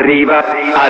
Arriva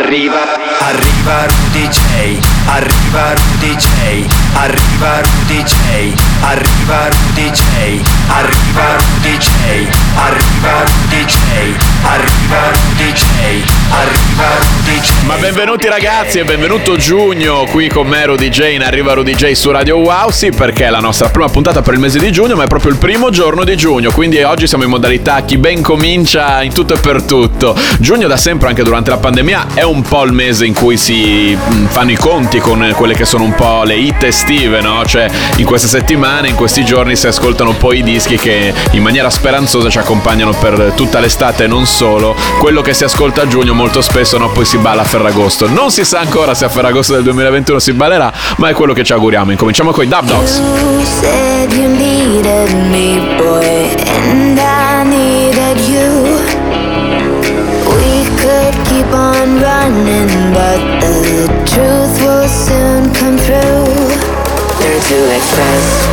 Rudy J, arriva Rudy J, arriva Rudy J, arriva Rudy J, arriva Rudy J, arriva Rudy J, arriva Rudy J, arriva Rudy J. Ma benvenuti ragazzi e benvenuto Giugno qui con me Rudy J in Arriva Rudy J su Radio Wow. Sì, perché è la nostra prima puntata per il mese di giugno, ma è proprio il primo giorno di giugno, quindi oggi siamo in modalità chi ben comincia in tutto e per tutto. Giugno da sempre, anche durante la pandemia, è un po' il mese in cui si fanno i conti con quelle che sono un po' le hit estive, no? Cioè in queste settimane, in questi giorni si ascoltano poi i dischi che in maniera speranzosa ci accompagnano per tutta l'estate e non solo. Quello che si ascolta a giugno molto spesso, no, poi si balla a Ferragosto. Non si sa ancora se a Ferragosto del 2021 si ballerà, ma è quello che ci auguriamo. Incominciamo con i Dub Dogs. You said you needed me, boy, and I needed you. We could keep on running, but the truth will soon come through. They're to express.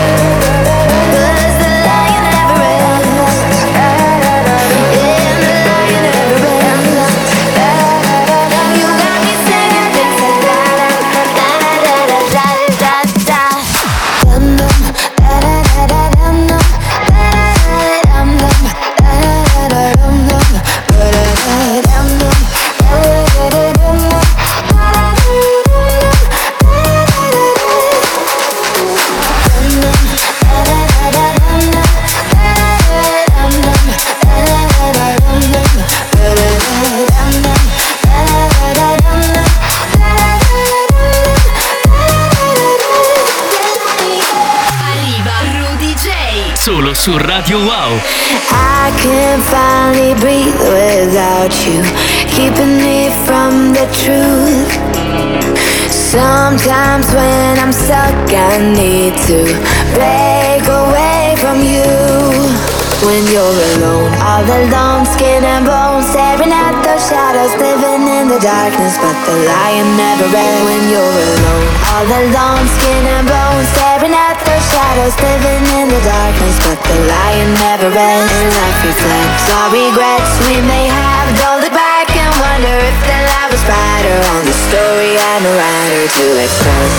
Solo su Radio Wow. I can finally breathe without you, keeping me from the truth. Sometimes when I'm stuck I need to break away from you. When you're alone, all alone, skin and bones, staring at those shadows, living in the darkness, but the lion never ends. When you're alone, all alone, skin and bones, staring at those shadows, living in the darkness, but the lion never ends. And life reflects all regrets we may have. Don't look back and wonder if the light was brighter on the story and a writer to express.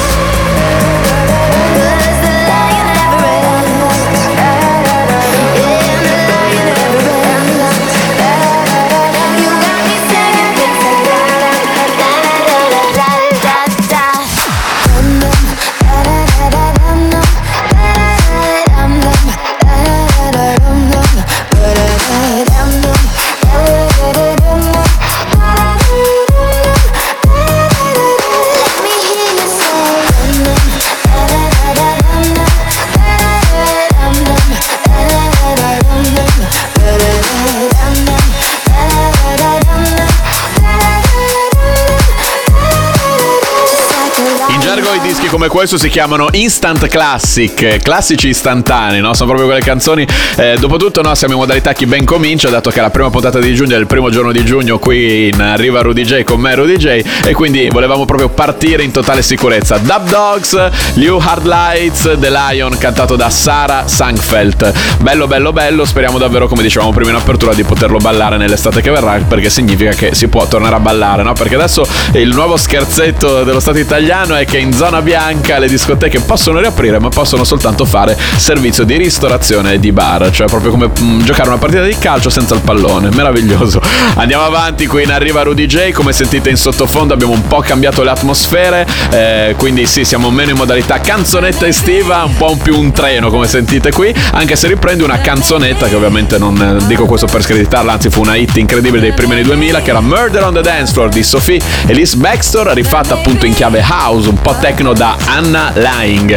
Come questo si chiamano instant classic, classici istantanei, no? Sono proprio quelle canzoni, dopotutto no, siamo in modalità chi ben comincia, dato che è la prima puntata di giugno, è il primo giorno di giugno qui in Arriva Rudy J con me Rudy J, e quindi volevamo proprio partire in totale sicurezza. Dub Dogs, New Hard Lights, The Lion, cantato da Sara Sangfeld. Bello bello bello, speriamo davvero, come dicevamo prima in apertura, di poterlo ballare nell'estate che verrà, perché significa che si può tornare a ballare, no? Perché adesso il nuovo scherzetto dello Stato italiano è che in zona bianca le discoteche possono riaprire, ma possono soltanto fare servizio di ristorazione e di bar, cioè proprio come giocare una partita di calcio senza il pallone. Meraviglioso. Andiamo avanti, qui in Arriva Rudy J. Come sentite in sottofondo abbiamo un po' cambiato le atmosfere, quindi sì, siamo meno in modalità canzonetta estiva, un po' più un treno come sentite qui, anche se riprende una canzonetta che ovviamente non dico questo per screditarla, anzi fu una hit incredibile dei primi anni 2000, che era Murder on the Dance Floor di Sophie Elise Bextor, rifatta appunto in chiave house, un po' techno da Anna Lying.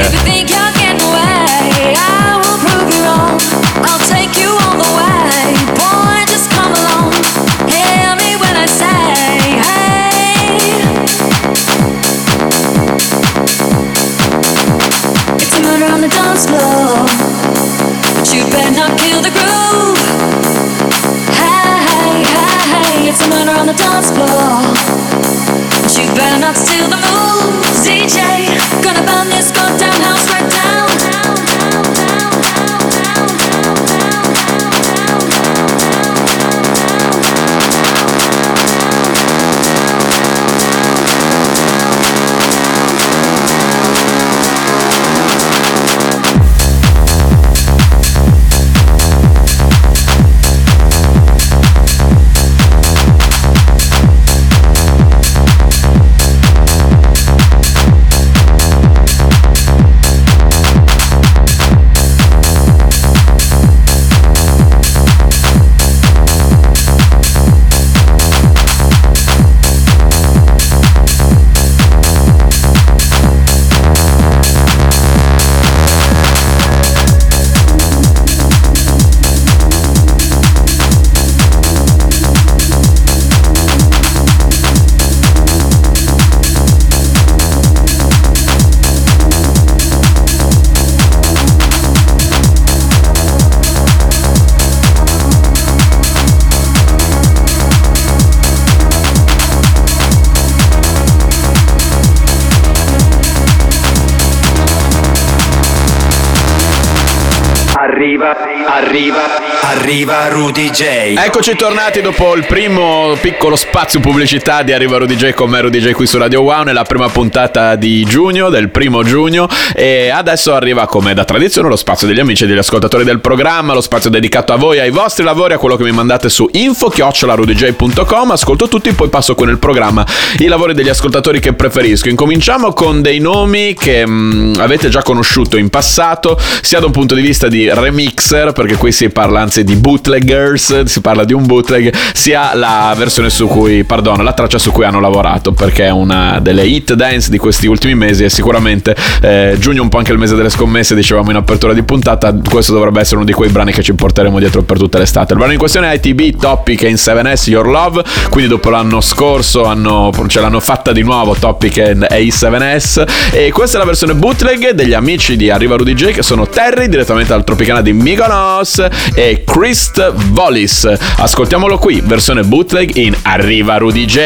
Steal the moves, DJ. Gonna burn this goddamn house right down. Arriva Rudy J. Eccoci tornati dopo il primo piccolo spazio pubblicità di Arriva Rudy J con me Rudy J qui su Radio Wow nella prima puntata di giugno, del 1 giugno, e adesso arriva come da tradizione lo spazio degli amici e degli ascoltatori del programma, lo spazio dedicato a voi, ai vostri lavori, a quello che mi mandate su info@rudyj.com. Ascolto tutti, poi passo con il programma i lavori degli ascoltatori che preferisco. Incominciamo con dei nomi che avete già conosciuto in passato, sia da un punto di vista di remixer, perché qui si parla anzi di bootleggers, si parla di un bootleg, sia la versione la traccia su cui hanno lavorato, perché è una delle hit dance di questi ultimi mesi e sicuramente giugno, un po' anche il mese delle scommesse, dicevamo in apertura di puntata, questo dovrebbe essere uno di quei brani che ci porteremo dietro per tutta l'estate. Il brano in questione è ITB, Topic in 7S, Your Love, quindi dopo l'anno scorso ce l'hanno fatta di nuovo Topic e i 7S, e questa è la versione bootleg degli amici di Arriva Rudy J, che sono Terry direttamente dal Tropicana di Mykonos e Christ Volis. Ascoltiamolo qui, versione bootleg in Arriva Rudy J.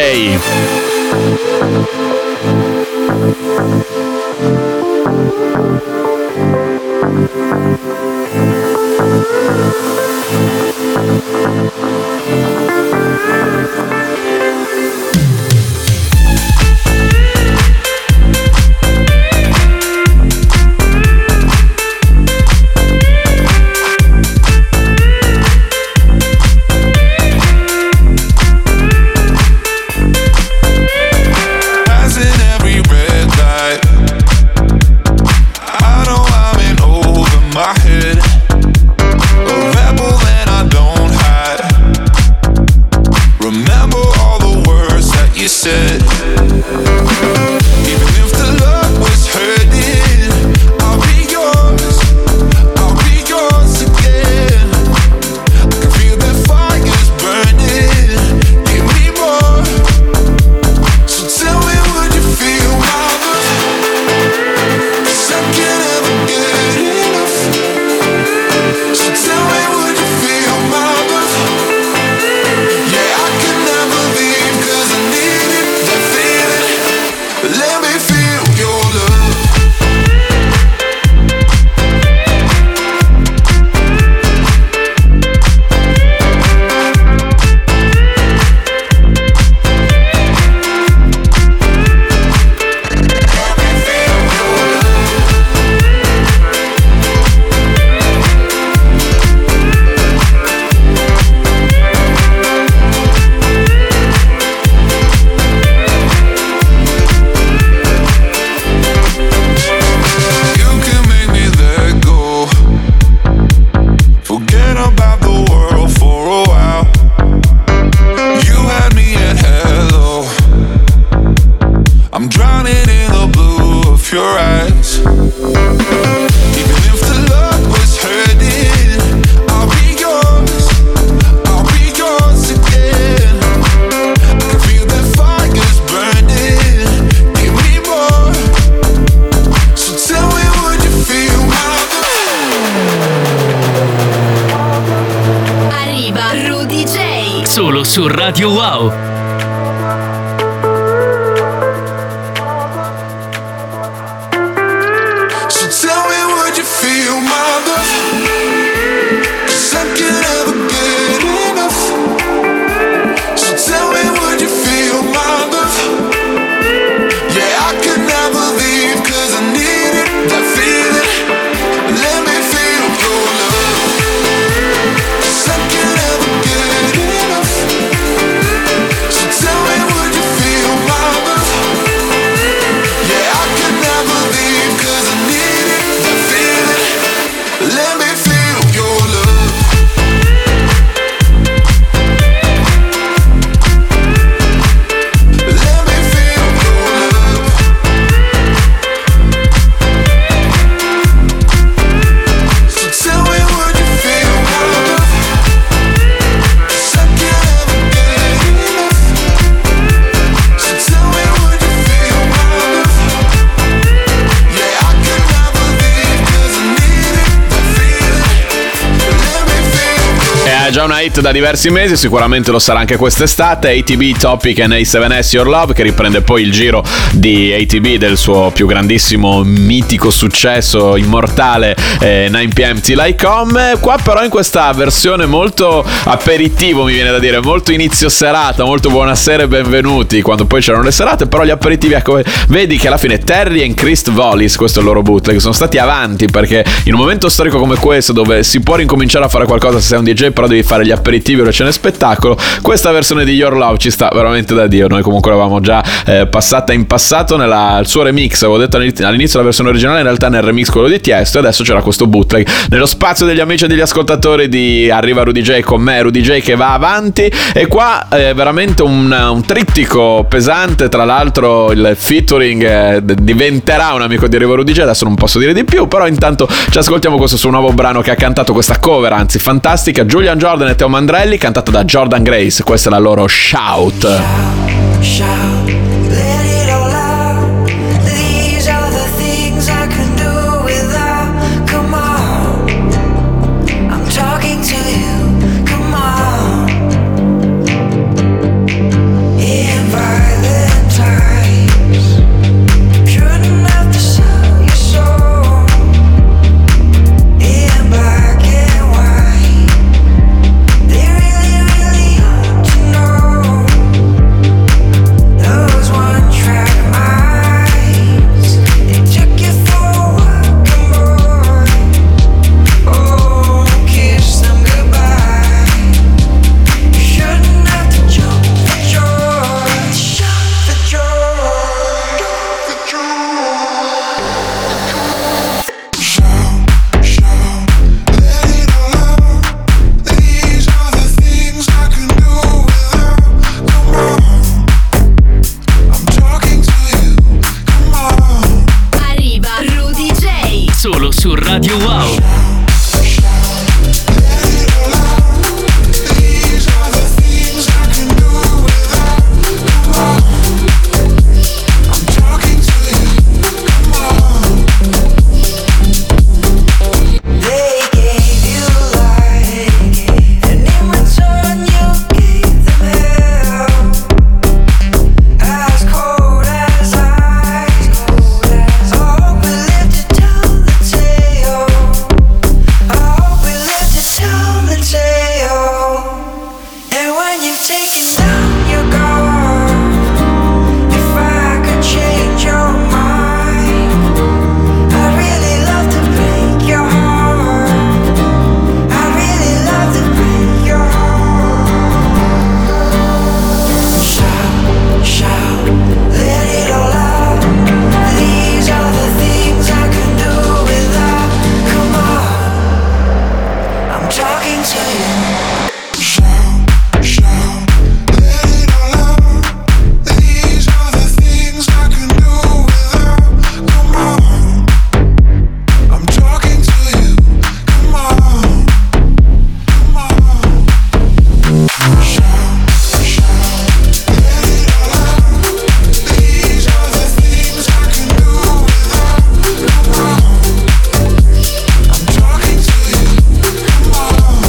Solo su Radio Wow. È già una hit da diversi mesi, sicuramente lo sarà anche quest'estate. ATB, Topic and A7S Your Love, che riprende poi il giro di ATB del suo più grandissimo mitico successo immortale 9pm Till I Come. Qua però in questa versione molto aperitivo, mi viene da dire, molto inizio serata, molto buonasera e benvenuti, quando poi c'erano le serate. Però gli aperitivi, ecco, vedi che alla fine Terry e Chris Vollis, questo è il loro bootleg, sono stati avanti, perché in un momento storico come questo, dove si può ricominciare a fare qualcosa se sei un DJ, però devi fare gli aperitivi o le scene spettacolo, questa versione di Your Love ci sta veramente da Dio. Noi comunque l'avevamo già passata in passato nel suo remix, avevo detto all'inizio la versione originale, in realtà nel remix quello di Tiesto, e adesso c'era questo bootleg nello spazio degli amici e degli ascoltatori di Arriva Rudy J con me, Rudy J che va avanti. E qua è veramente un trittico pesante, tra l'altro il featuring diventerà un amico di Arriva Rudy J, adesso non posso dire di più, però intanto ci ascoltiamo questo suo nuovo brano che ha cantato, questa cover anzi fantastica, Julian Jordan e Teo Mandrelli, cantata da Jordan Grace. Questa è la loro Shout. Shout, let it all out. These are the things I can do without. Come on, I'm talking to you. Come on. In violent times, shouldn't have to sell your soul. In black and white, they really ought to know. Those one-track minds, they took you for a walking boy. Oh, kiss them goodbye. You shouldn't have to jump for joy. Shout for joy. Let it all out. These are the things I can do without. Come on, I'm talking to you. Come on. Arriva Rudy J. Solo su Radio Wow. Let it all out. These are the things I can do without. Come on, I'm talking to you. Come on. They gave you light, and in return you gave them hell. As cold as ice. I hope we live to tell the tale. I hope we live to tell the tale. And when you've taken down your guard, if I could change your mind, I'd really love to break your heart. I'd really love to break your heart. Shout, shout, let it all out. These are the things I can do without. Come on, I'm talking to you. Shout, let it all out. These are the things I can do without. Come on, I'm talking to you. Come on, come on. Shout, let it all out. These are the things I can do without. Come on, I'm talking to you. Come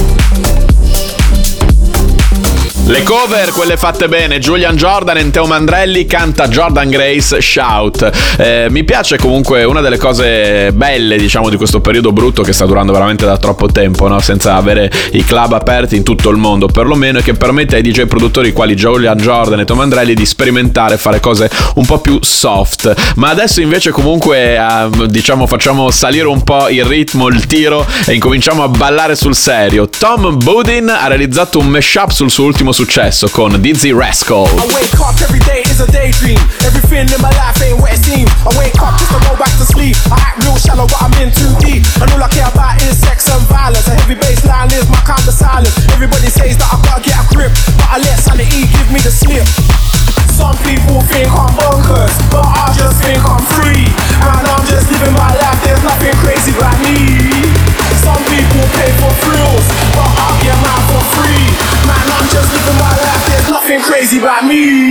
on. Le cover, quelle fatte bene, Julian Jordan e Teo Mandrelli, canta Jordan Grace, Shout. Mi piace comunque, una delle cose belle, diciamo, di questo periodo brutto che sta durando veramente da troppo tempo, no? Senza avere i club aperti in tutto il mondo perlomeno, e che permette ai DJ produttori quali Julian Jordan e Teo Mandrelli di sperimentare, fare cose un po' più soft. Ma adesso invece comunque diciamo facciamo salire un po' il ritmo, il tiro, e incominciamo a ballare sul serio. Tom Budin ha realizzato un mashup sul suo ultimo successo con Dizzy Rascal. I wake up every day is a daydream. Everything in my life ain't what it seems. I wake up just to go back to sleep. I act real shallow, but I'm in too deep. And all I care about is sex and violence. A heavy bass line is my kind of silence. Everybody says that I gotta get a grip, but I let sanity give me the slip. Some people think I'm bonkers, but I just think I'm free. And I'm just living my life, there's nothing crazy about me. Some people pay for thrills, but I get mine for free. Man, I'm just living my life, there's nothing crazy about me.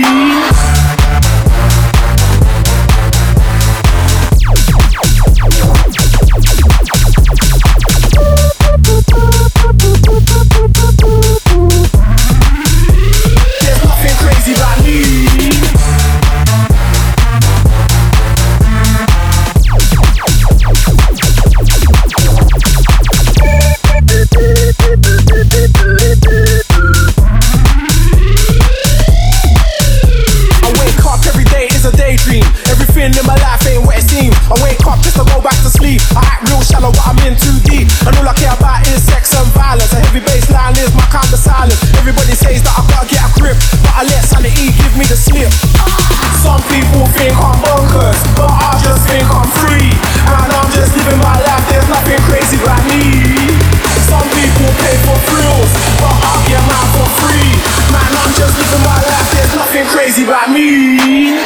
give me the slip. Some people think I'm bonkers, but I just think I'm free. And I'm just living my life, there's nothing crazy about me. Some people pay for thrills, but I get mine for free. Man, I'm just living my life, there's nothing crazy about me.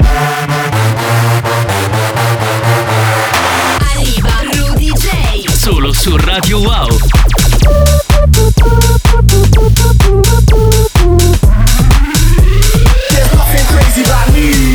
Arriva Rudy J. Solo su Radio Wow. There's nothing crazy about me.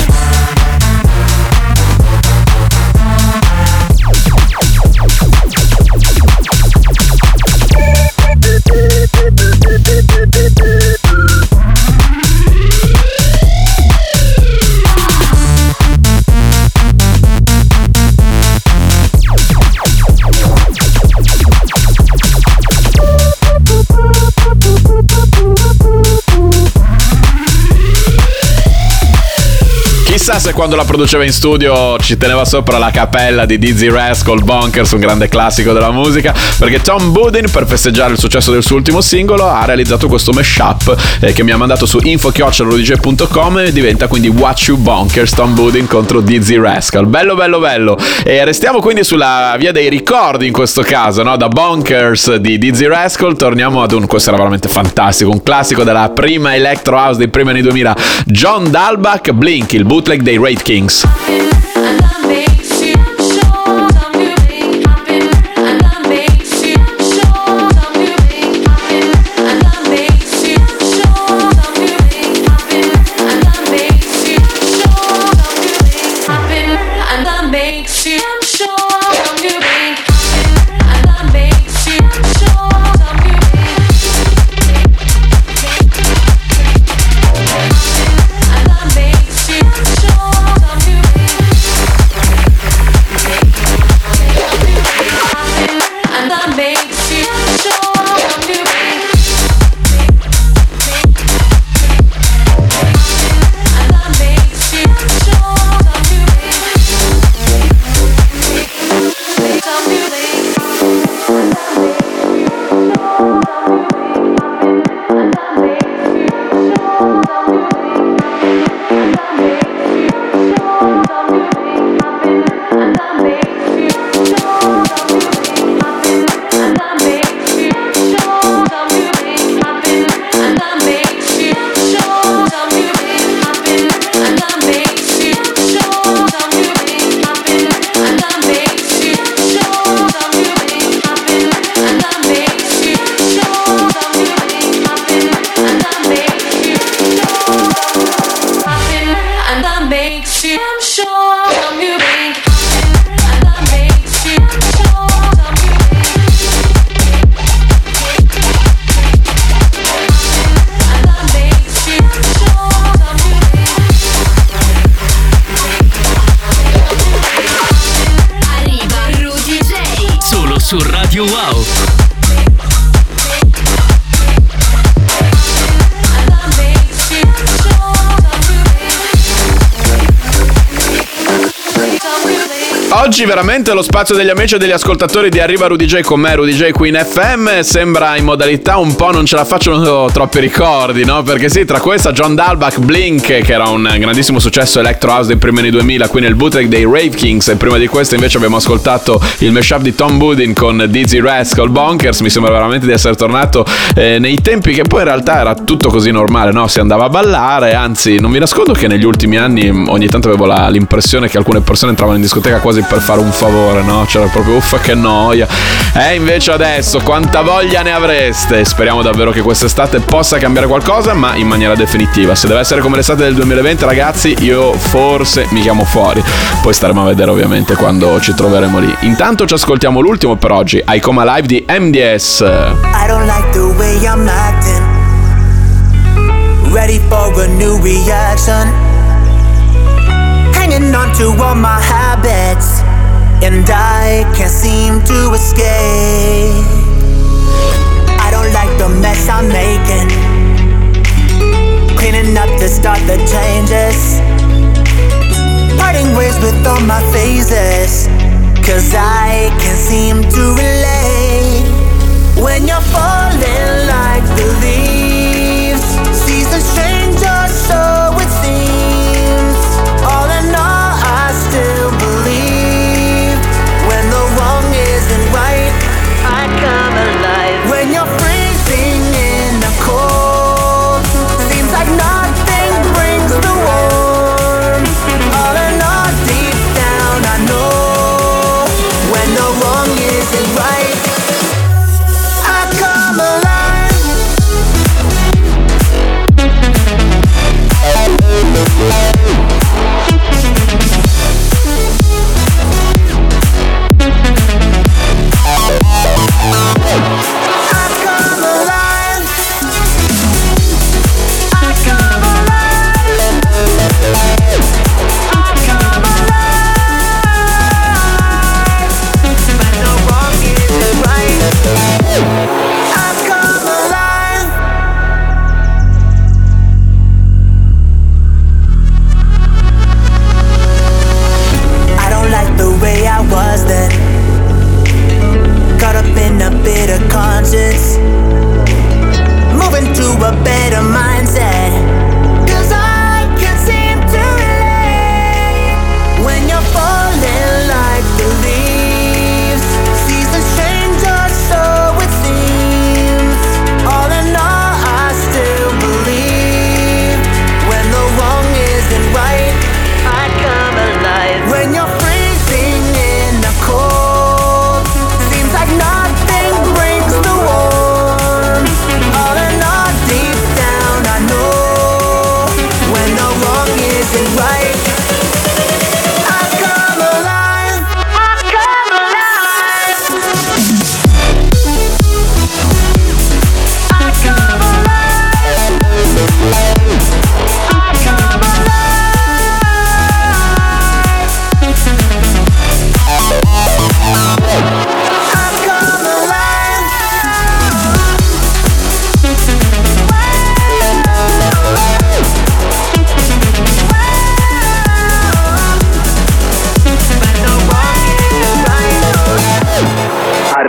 Chissà se quando la produceva in studio ci teneva sopra la cappella di Dizzy Rascal, Bonkers, un grande classico della musica, perché Tom Budin, per festeggiare il successo del suo ultimo singolo, ha realizzato questo mashup che mi ha mandato su info@rudj.com e diventa quindi What You Bonkers, Tom Budin contro Dizzy Rascal. Bello bello bello. E restiamo quindi sulla via dei ricordi in questo caso, no? Da Bonkers di Dizzy Rascal torniamo ad questo era veramente fantastico, un classico della prima electro house dei primi anni 2000, John Dalbach, Blink, il bootleg dei Raid Kings. Su Radio Wow. Oggi veramente lo spazio degli amici e degli ascoltatori di Arriva Rudy J con me, Rudy J qui in FM, sembra in modalità un po' non ce la facciano troppi ricordi, no? Perché sì, tra questa John Dalbach, Blink, che era un grandissimo successo electro house dei primi anni 2000, qui nel bootleg dei Rave Kings, e prima di questo invece abbiamo ascoltato il mashup di Tom Budin con Dizzy Rascal, Bonkers. Mi sembra veramente di essere tornato nei tempi che poi in realtà era tutto così normale, no? Si andava a ballare, anzi non vi nascondo che negli ultimi anni ogni tanto avevo l'impressione che alcune persone entravano in discoteca quasi per fare un favore, no? C'era proprio uffa che noia. Invece adesso quanta voglia ne avreste? Speriamo davvero che quest'estate possa cambiare qualcosa, ma in maniera definitiva. Se deve essere come l'estate del 2020, ragazzi, io forse mi chiamo fuori. Poi staremo a vedere ovviamente quando ci troveremo lì. Intanto ci ascoltiamo l'ultimo per oggi, I Come Alive di MDS. I don't like the way I'm acting. Ready for a new reaction. Hanging on to all my habits, and I can't seem to escape. I don't like the mess I'm making. Cleaning up to start the changes. Parting ways with all my phases, 'cause I can't seem to relate. When you're falling like the leaves, seasons change, your soul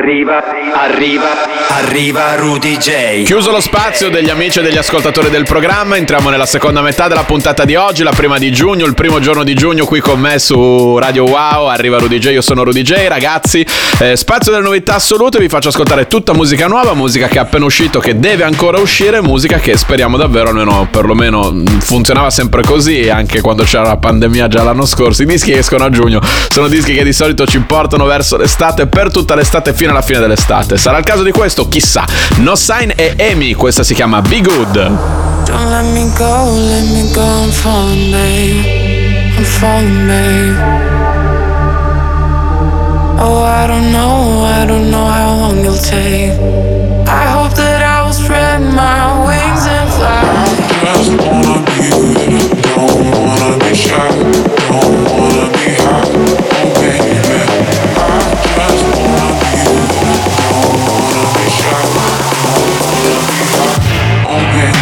Arriva Rudy J. Chiuso lo spazio degli amici e degli ascoltatori del programma, entriamo nella seconda metà della puntata di oggi, la prima di giugno, il primo giorno di giugno qui con me su Radio Wow. Arriva Rudy J, io sono Rudy J, ragazzi. Spazio delle novità assolute, vi faccio ascoltare tutta musica nuova, musica che è appena uscito, che deve ancora uscire, musica che speriamo davvero, almeno perlomeno funzionava sempre così, anche quando c'era la pandemia già l'anno scorso. I dischi che escono a giugno sono dischi che di solito ci portano verso l'estate, per tutta l'estate fino alla fine dell'estate. Sarà il caso di questo? Chissà. No Sign e Amy, questa si chiama Be Good. Don't let me go, I'm falling, babe. I'm falling, babe. Oh, I don't know how long you'll take. I hope that I will spread my wings and fly. I just wanna be good, don't wanna be shy, don't wanna be high, oh baby. I just wanna be good, don't wanna be shy, don't wanna be high, oh baby.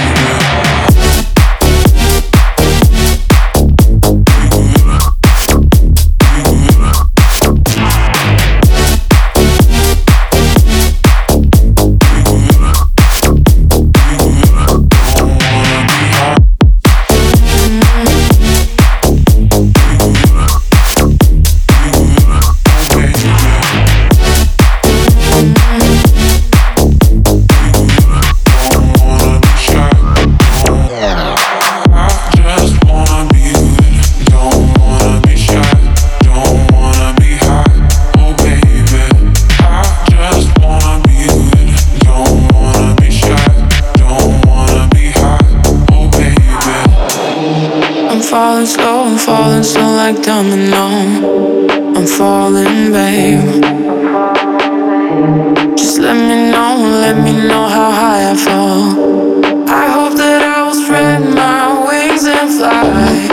I'm falling slow like domino. I'm falling, babe. Just let me know how high I fall. I hope that I will spread my wings and fly.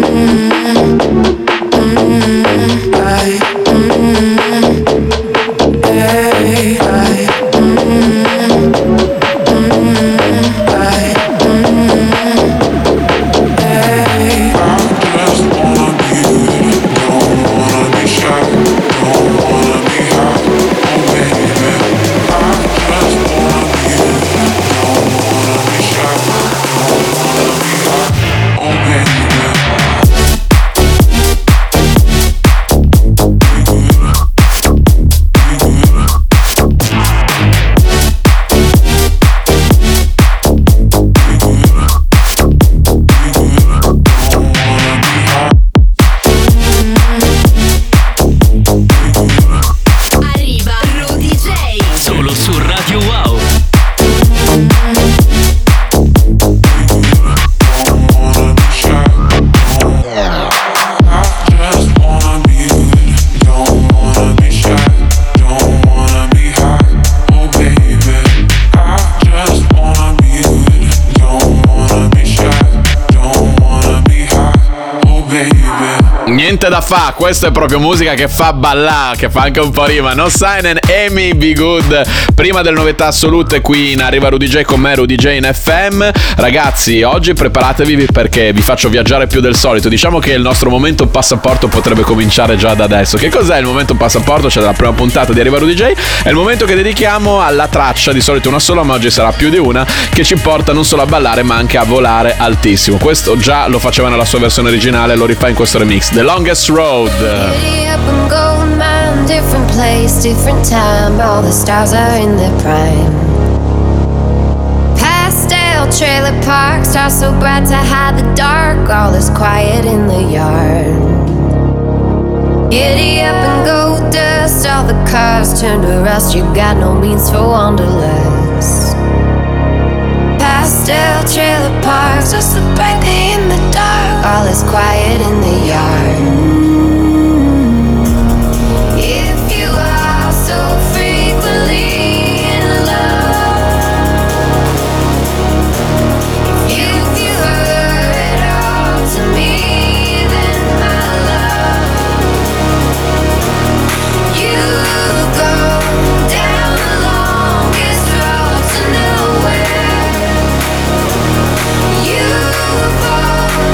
Niente da fa, questa è proprio musica che fa ballare, che fa anche un po' rima. No Sign and Amy, Be Good. Prima delle novità assolute qui in Arriva Rudy J con me, Rudy J in FM. Ragazzi, oggi preparatevi perché vi faccio viaggiare più del solito. Diciamo che il nostro momento passaporto potrebbe cominciare già da adesso. Che cos'è il momento passaporto? Cioè dalla prima puntata di Arriva Rudy J. È il momento che dedichiamo alla traccia, di solito una sola, ma oggi sarà più di una, che ci porta non solo a ballare ma anche a volare altissimo. Questo già lo faceva nella sua versione originale, lo rifà in questo remix. The Longest Road. Giddy up and go, man, different place, different time. All the stars are in their prime. Pastel trailer park, stars so bright to hide the dark. All is quiet in the yard. Giddy up and go, dust, all the cars turn to rust. You got no means for wanderlust. Pastel trailer park, stars so bright in the dark. All is quiet in the yard. You fall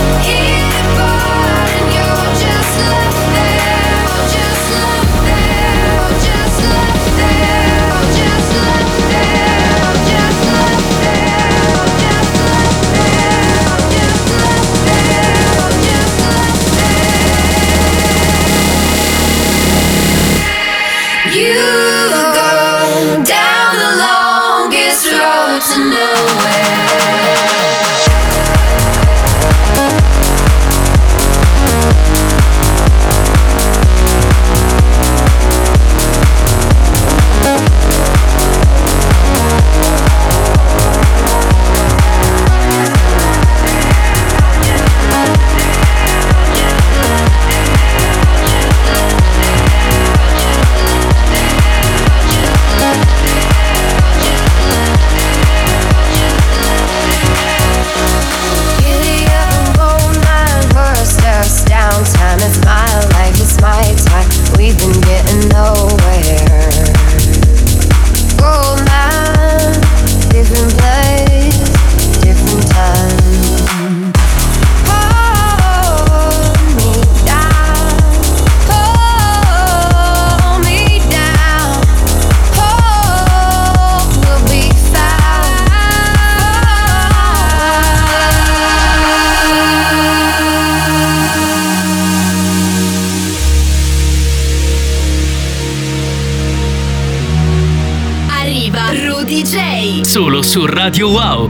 solo su Radio Wow.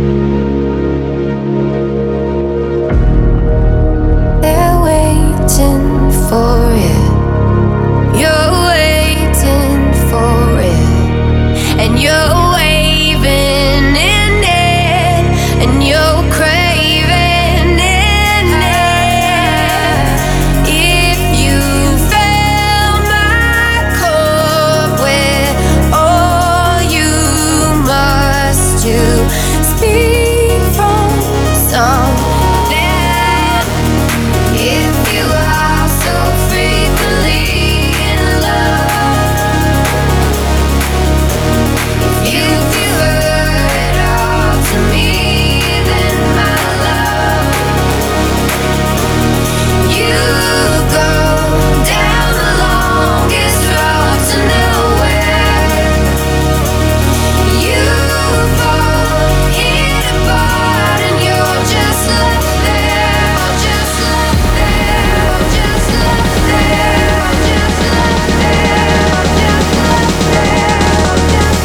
They're waiting for it. You're waiting for it. And you're waving in it. And you're craving in it. If you fill my cup with all you must do, speak from something. If you are so frequently in love, if you prefer it all to me, then my love, you go down the longest road to nowhere. You fall in apart and you're just left there, just left there, just left there, just left there, just left there, just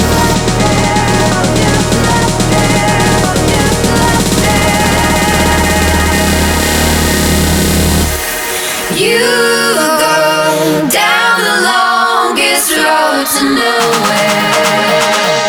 left there, just left there. You go down the longest road to nowhere.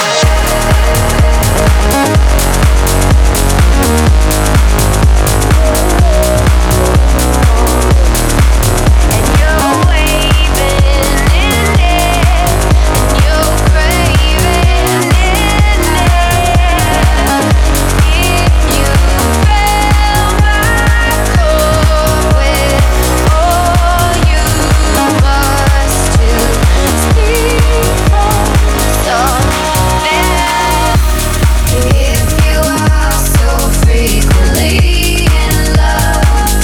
And you're waving in it, and you're craving in it. If you fill my cup with all you must do, speak from something. If you are so frequently in love,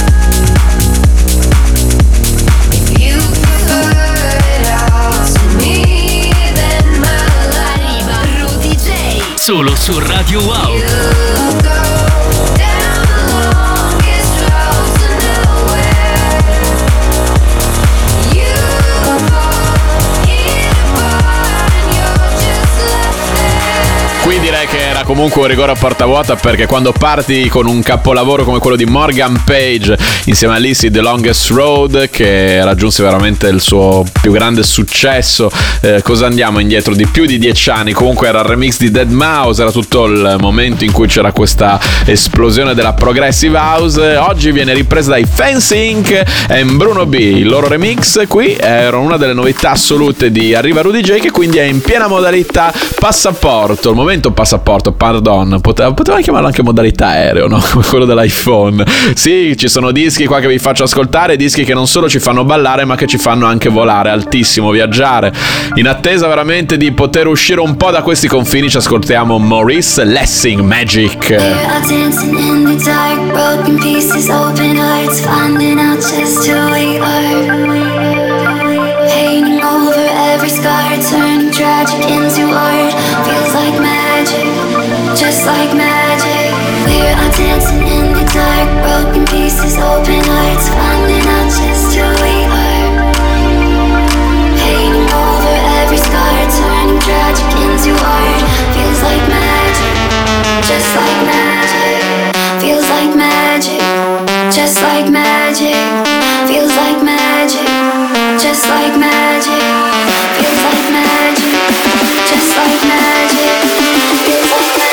if you prefer it all to me, then my life. Rudy J. Solo su Radio Wow. You go down the longest road to nowhere. You fall in apart and you're just left there. Qui direi che era comunque un rigore a porta vuota, perché quando parti con un capolavoro come quello di Morgan Page insieme a Lizzy, The Longest Road, che raggiunse veramente il suo più grande successo, cosa andiamo indietro di più di 10 anni? Comunque era il remix di Deadmau5, era tutto il momento in cui c'era questa esplosione della Progressive House. Oggi viene ripresa dai Fencing e Bruno B. Il loro remix qui era una delle novità assolute di Arriva Rudy J, che quindi è in piena modalità passaporto. Il momento passaporto, pardon, potevamo chiamarlo anche modalità aereo, no? Come quello dell'iPhone. Sì, ci sono dischi qua che vi faccio ascoltare, dischi che non solo ci fanno ballare ma che ci fanno anche volare altissimo, viaggiare. In attesa veramente di poter uscire un po' da questi confini, ci ascoltiamo Maurice Lessing, Magic. We're all dancing in the dark, broken pieces, open hearts, finding out just who we are. Painting over every scar, turning tragic into art. Feels like magic, just like magic. We're all dancing in the dark, broken pieces, open hearts, finding out just who we are. Painting over every scar, turning tragic into art. Feels like magic, just like magic. Feels like magic, just like magic. Feels like magic, just like magic. Feels like magic, just like magic. Feels like magic.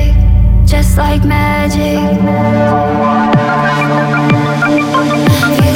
Just like magic.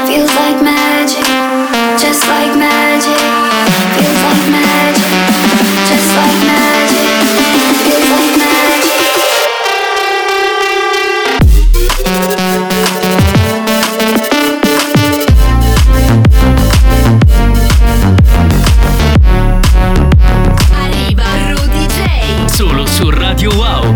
Feels like magic, just like magic. Feels like magic, just like magic. Feels like magic. Arriva Rudy J. Solo su Radio Wow.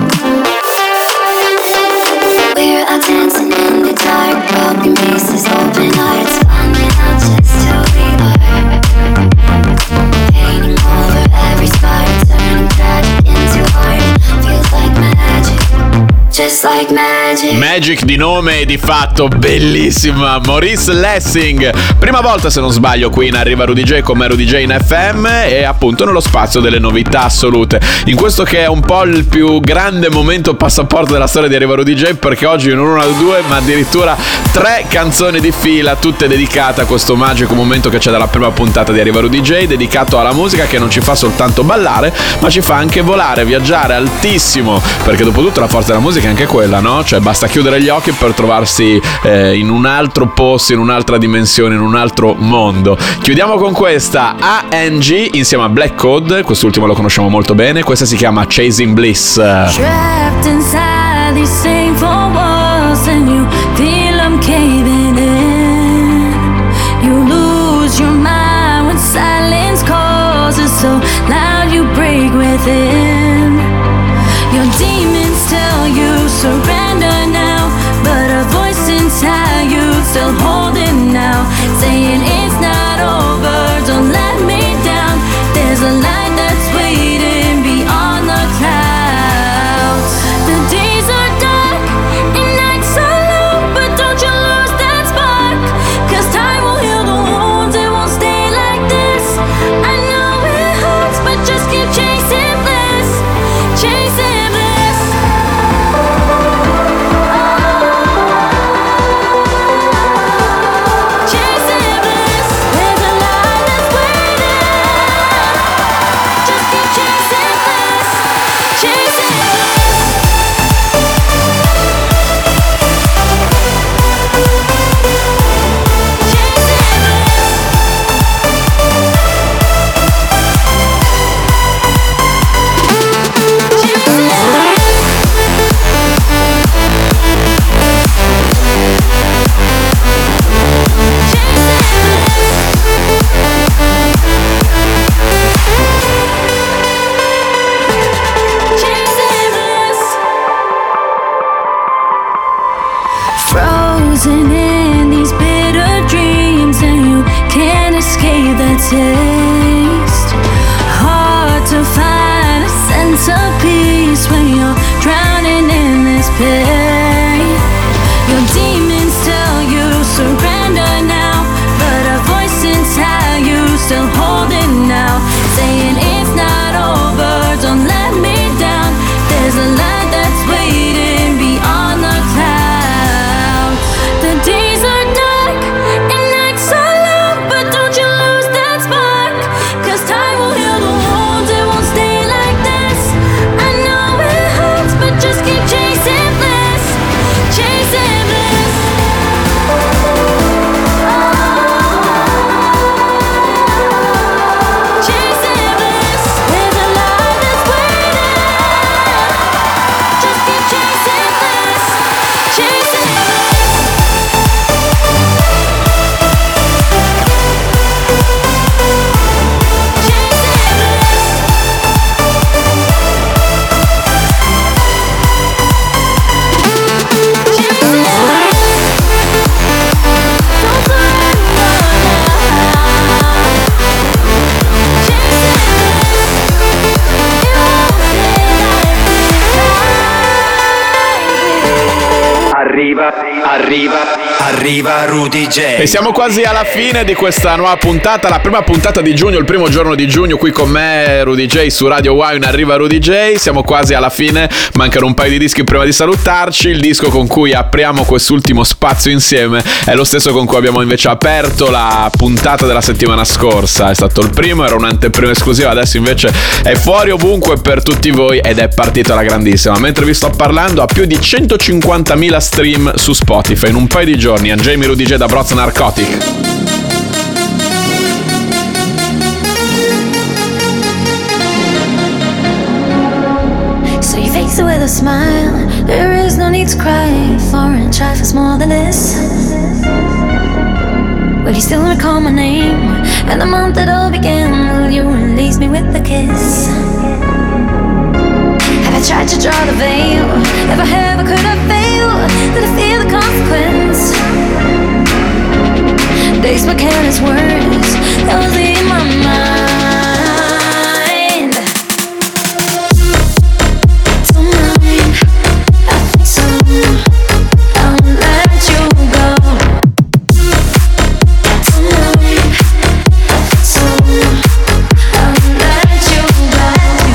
We're out dancing in the dark, broken pieces, open hearts, finding out just who we are. Painting over every scar, turning tragic into art. Feels like magic, just like magic. Magic di nome e di fatto bellissima, Maurice Lessing. Prima volta, se non sbaglio, qui in Arriva Rudy J come Rudy J in FM e appunto nello spazio delle novità assolute. In questo che è un po' il più grande momento passaporto della storia di Arriva Rudy J, perché oggi non una o due, ma addirittura 3 canzoni di fila, tutte dedicate a questo magico momento che c'è dalla prima puntata di Arriva Rudy J, dedicato alla musica che non ci fa soltanto ballare, ma ci fa anche volare, viaggiare altissimo, perché dopo tutto la forza della musica è anche quella, no? Cioè basta chiudere gli occhi per trovarsi in un altro posto, in un'altra dimensione, in un altro mondo. Chiudiamo con questa ANG insieme a Black Code, quest'ultimo lo conosciamo molto bene, questa si chiama Chasing Bliss. Trapped inside these shameful walls, and you feel I'm caving in. You lose your mind when silence calls. It's so loud you break within. Your demons tell you surrender now, but a voice inside you still holding now, saying it's not over, don't let me down. There's a light that's waiting beyond the clouds. The days are dark and nights are long, but don't you lose that spark, 'cause time will heal the wounds, it won't stay like this. I know it hurts, but just keep chasing bliss, chasing bliss. Chasing bliss, there's a light that's waiting. Just keep chasing bliss, chasing bliss. Frozen in these bitter dreams, and you can't escape the taste. Hard to find a sense of peace when you're drowning in this pain. Your demons tell you surrender now, but a voice inside you still holding now, saying it's not over, don't let me down. There's a light that's waiting beyond the clouds. The days are dark and nights are long, but don't you lose that spark, 'cause time will heal the wounds, it won't stay like this. I know it hurts, but just keep chasing bliss, chasing bliss. Chasing bliss, there's a light that's waiting. Just keep chasing bliss, chasing bliss. Arriva Rudy J. E siamo quasi alla fine di questa nuova puntata, la prima puntata di giugno, il primo giorno di giugno qui con me Rudy J su Radio Wow in Arriva Rudy J. Siamo quasi alla fine, mancano un paio di dischi prima di salutarci. Il disco con cui apriamo quest'ultimo spazio insieme è lo stesso con cui abbiamo invece aperto la puntata della settimana scorsa. È stato il primo, era un'anteprima esclusiva, adesso invece è fuori ovunque per tutti voi ed è partito alla grandissima. Mentre vi sto parlando ha più di 150.000 stream su Spotify in un paio di giorni. giorni. Jamie Rudy J da Broz Narcotic. So you face it with a smile. There is no need to cry. Foreign trifles more than this. Will you still recall my name and the month it all began? Will you release me with a kiss? Have I tried to draw the veil? If I have, I could have failed. Did I feel the consequence? Days my careless words, those in my mind. Tonight, I think so. I won't let you go. Tonight, I think so. I won't let you go.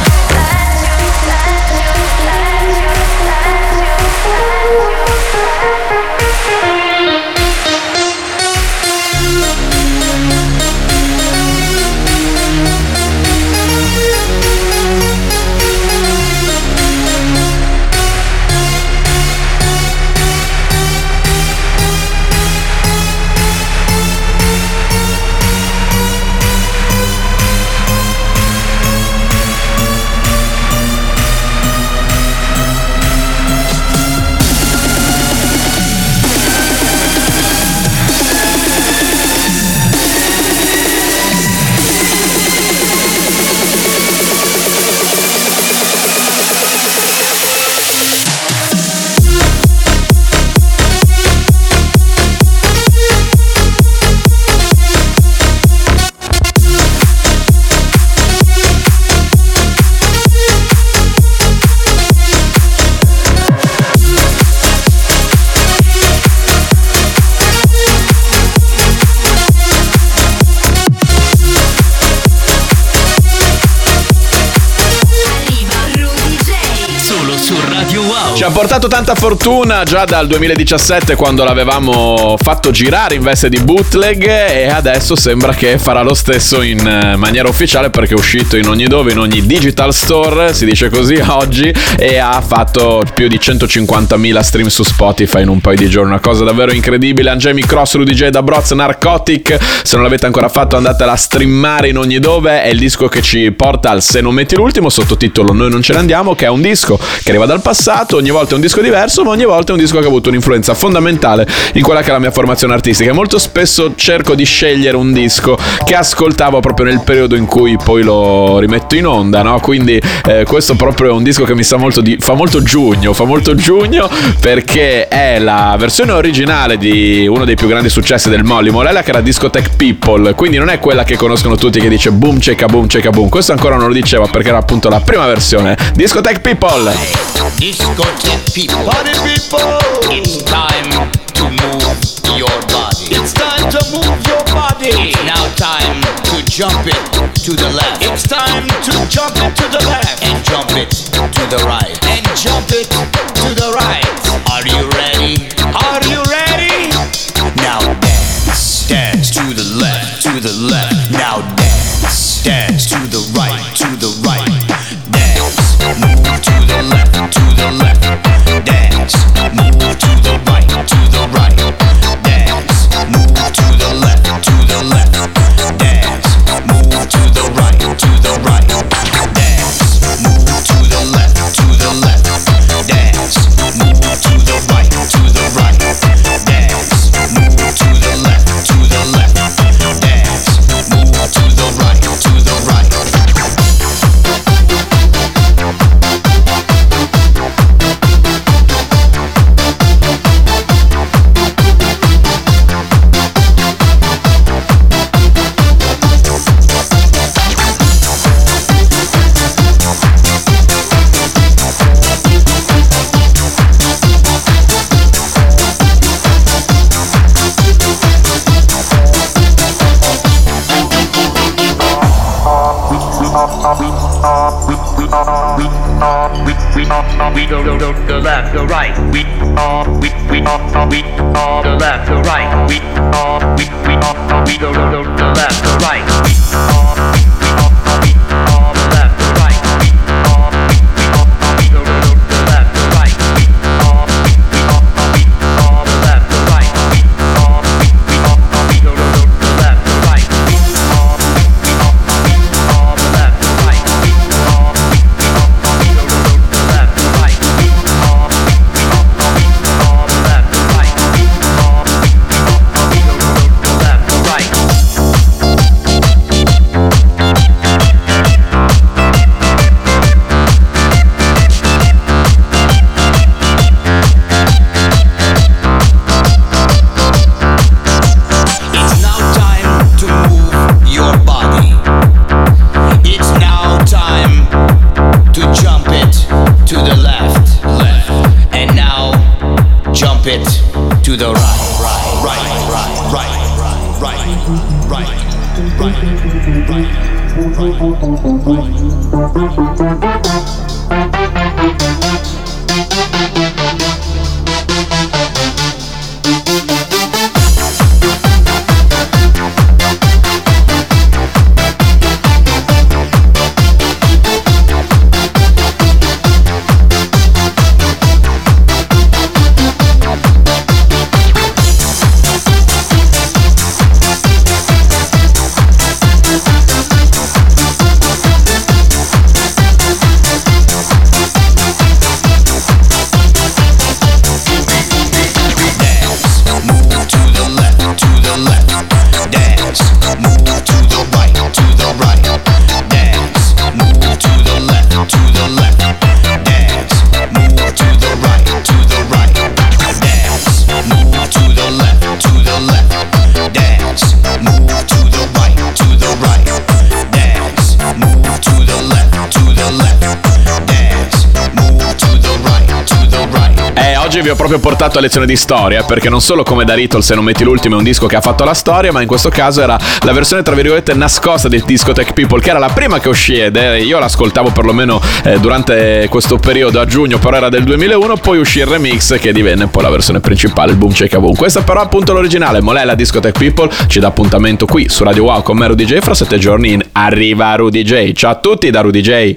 Ci ha portato tanta fortuna già dal 2017 quando l'avevamo fatto girare in veste di bootleg e adesso sembra che farà lo stesso in maniera ufficiale perché è uscito in ogni dove, in ogni digital store, si dice così oggi, e ha fatto più di 150.000 stream su Spotify in un paio di giorni, una cosa davvero incredibile. Jamie Cross, Rudy J da Broz Narcotic, se non l'avete ancora fatto andatela a streamare in ogni dove, è il disco che ci porta al Se non metti l'ultimo, sottotitolo Noi non ce ne andiamo, che è un disco che arriva dal passato, ogni volta è un disco diverso, ma ogni volta è un disco che ha avuto un'influenza fondamentale in quella che è la mia formazione artistica. Molto spesso cerco di scegliere un disco che ascoltavo proprio nel periodo in cui poi lo rimetto in onda, no? Quindi questo proprio è un disco che mi sa molto fa molto giugno perché è la versione originale di uno dei più grandi successi del Molly Molela, che era Discotheque People, quindi non è quella che conoscono tutti che dice boom checka boom checka boom, questo ancora non lo diceva perché era appunto la prima versione. Discotheque People. Discotheque people, party people. It's time to move your body. It's time to move your body. It's now time to jump it to the left. It's time to jump it to the left. And jump it to the right. And jump it to the right. Are you ready? Are you ready? Now dance. Dance to the left, to the left. Now dance. Dance to the right, to the right. Dance. Move to the left, to the left. Dance. Move to the right, to the right. Dance. Move to the left, to the left. Dance. Move to the right, to the right. Dance. Move to the left, to the left. Dance. Move to the right, to the right. Dance. Move to the left, to the left. Dance. Move to the right, to the right. We go the left, the right. We the left, the right. We go the left, the right. We Oggi vi ho proprio portato a lezione di storia, perché non solo come da Ritual Se non metti l'ultimo è un disco che ha fatto la storia, ma in questo caso era la versione tra virgolette nascosta del disco Tech People, che era la prima che uscì ed io l'ascoltavo perlomeno durante questo periodo a giugno, però era del 2001, poi uscì il remix che divenne poi la versione principale, il Boom Shake Boom. Questa però appunto l'originale, Molella Disco Tech People, ci dà appuntamento qui su Radio Wow con me Rudy J fra 7 giorni in Arriva Rudy J. Ciao a tutti da Rudy J.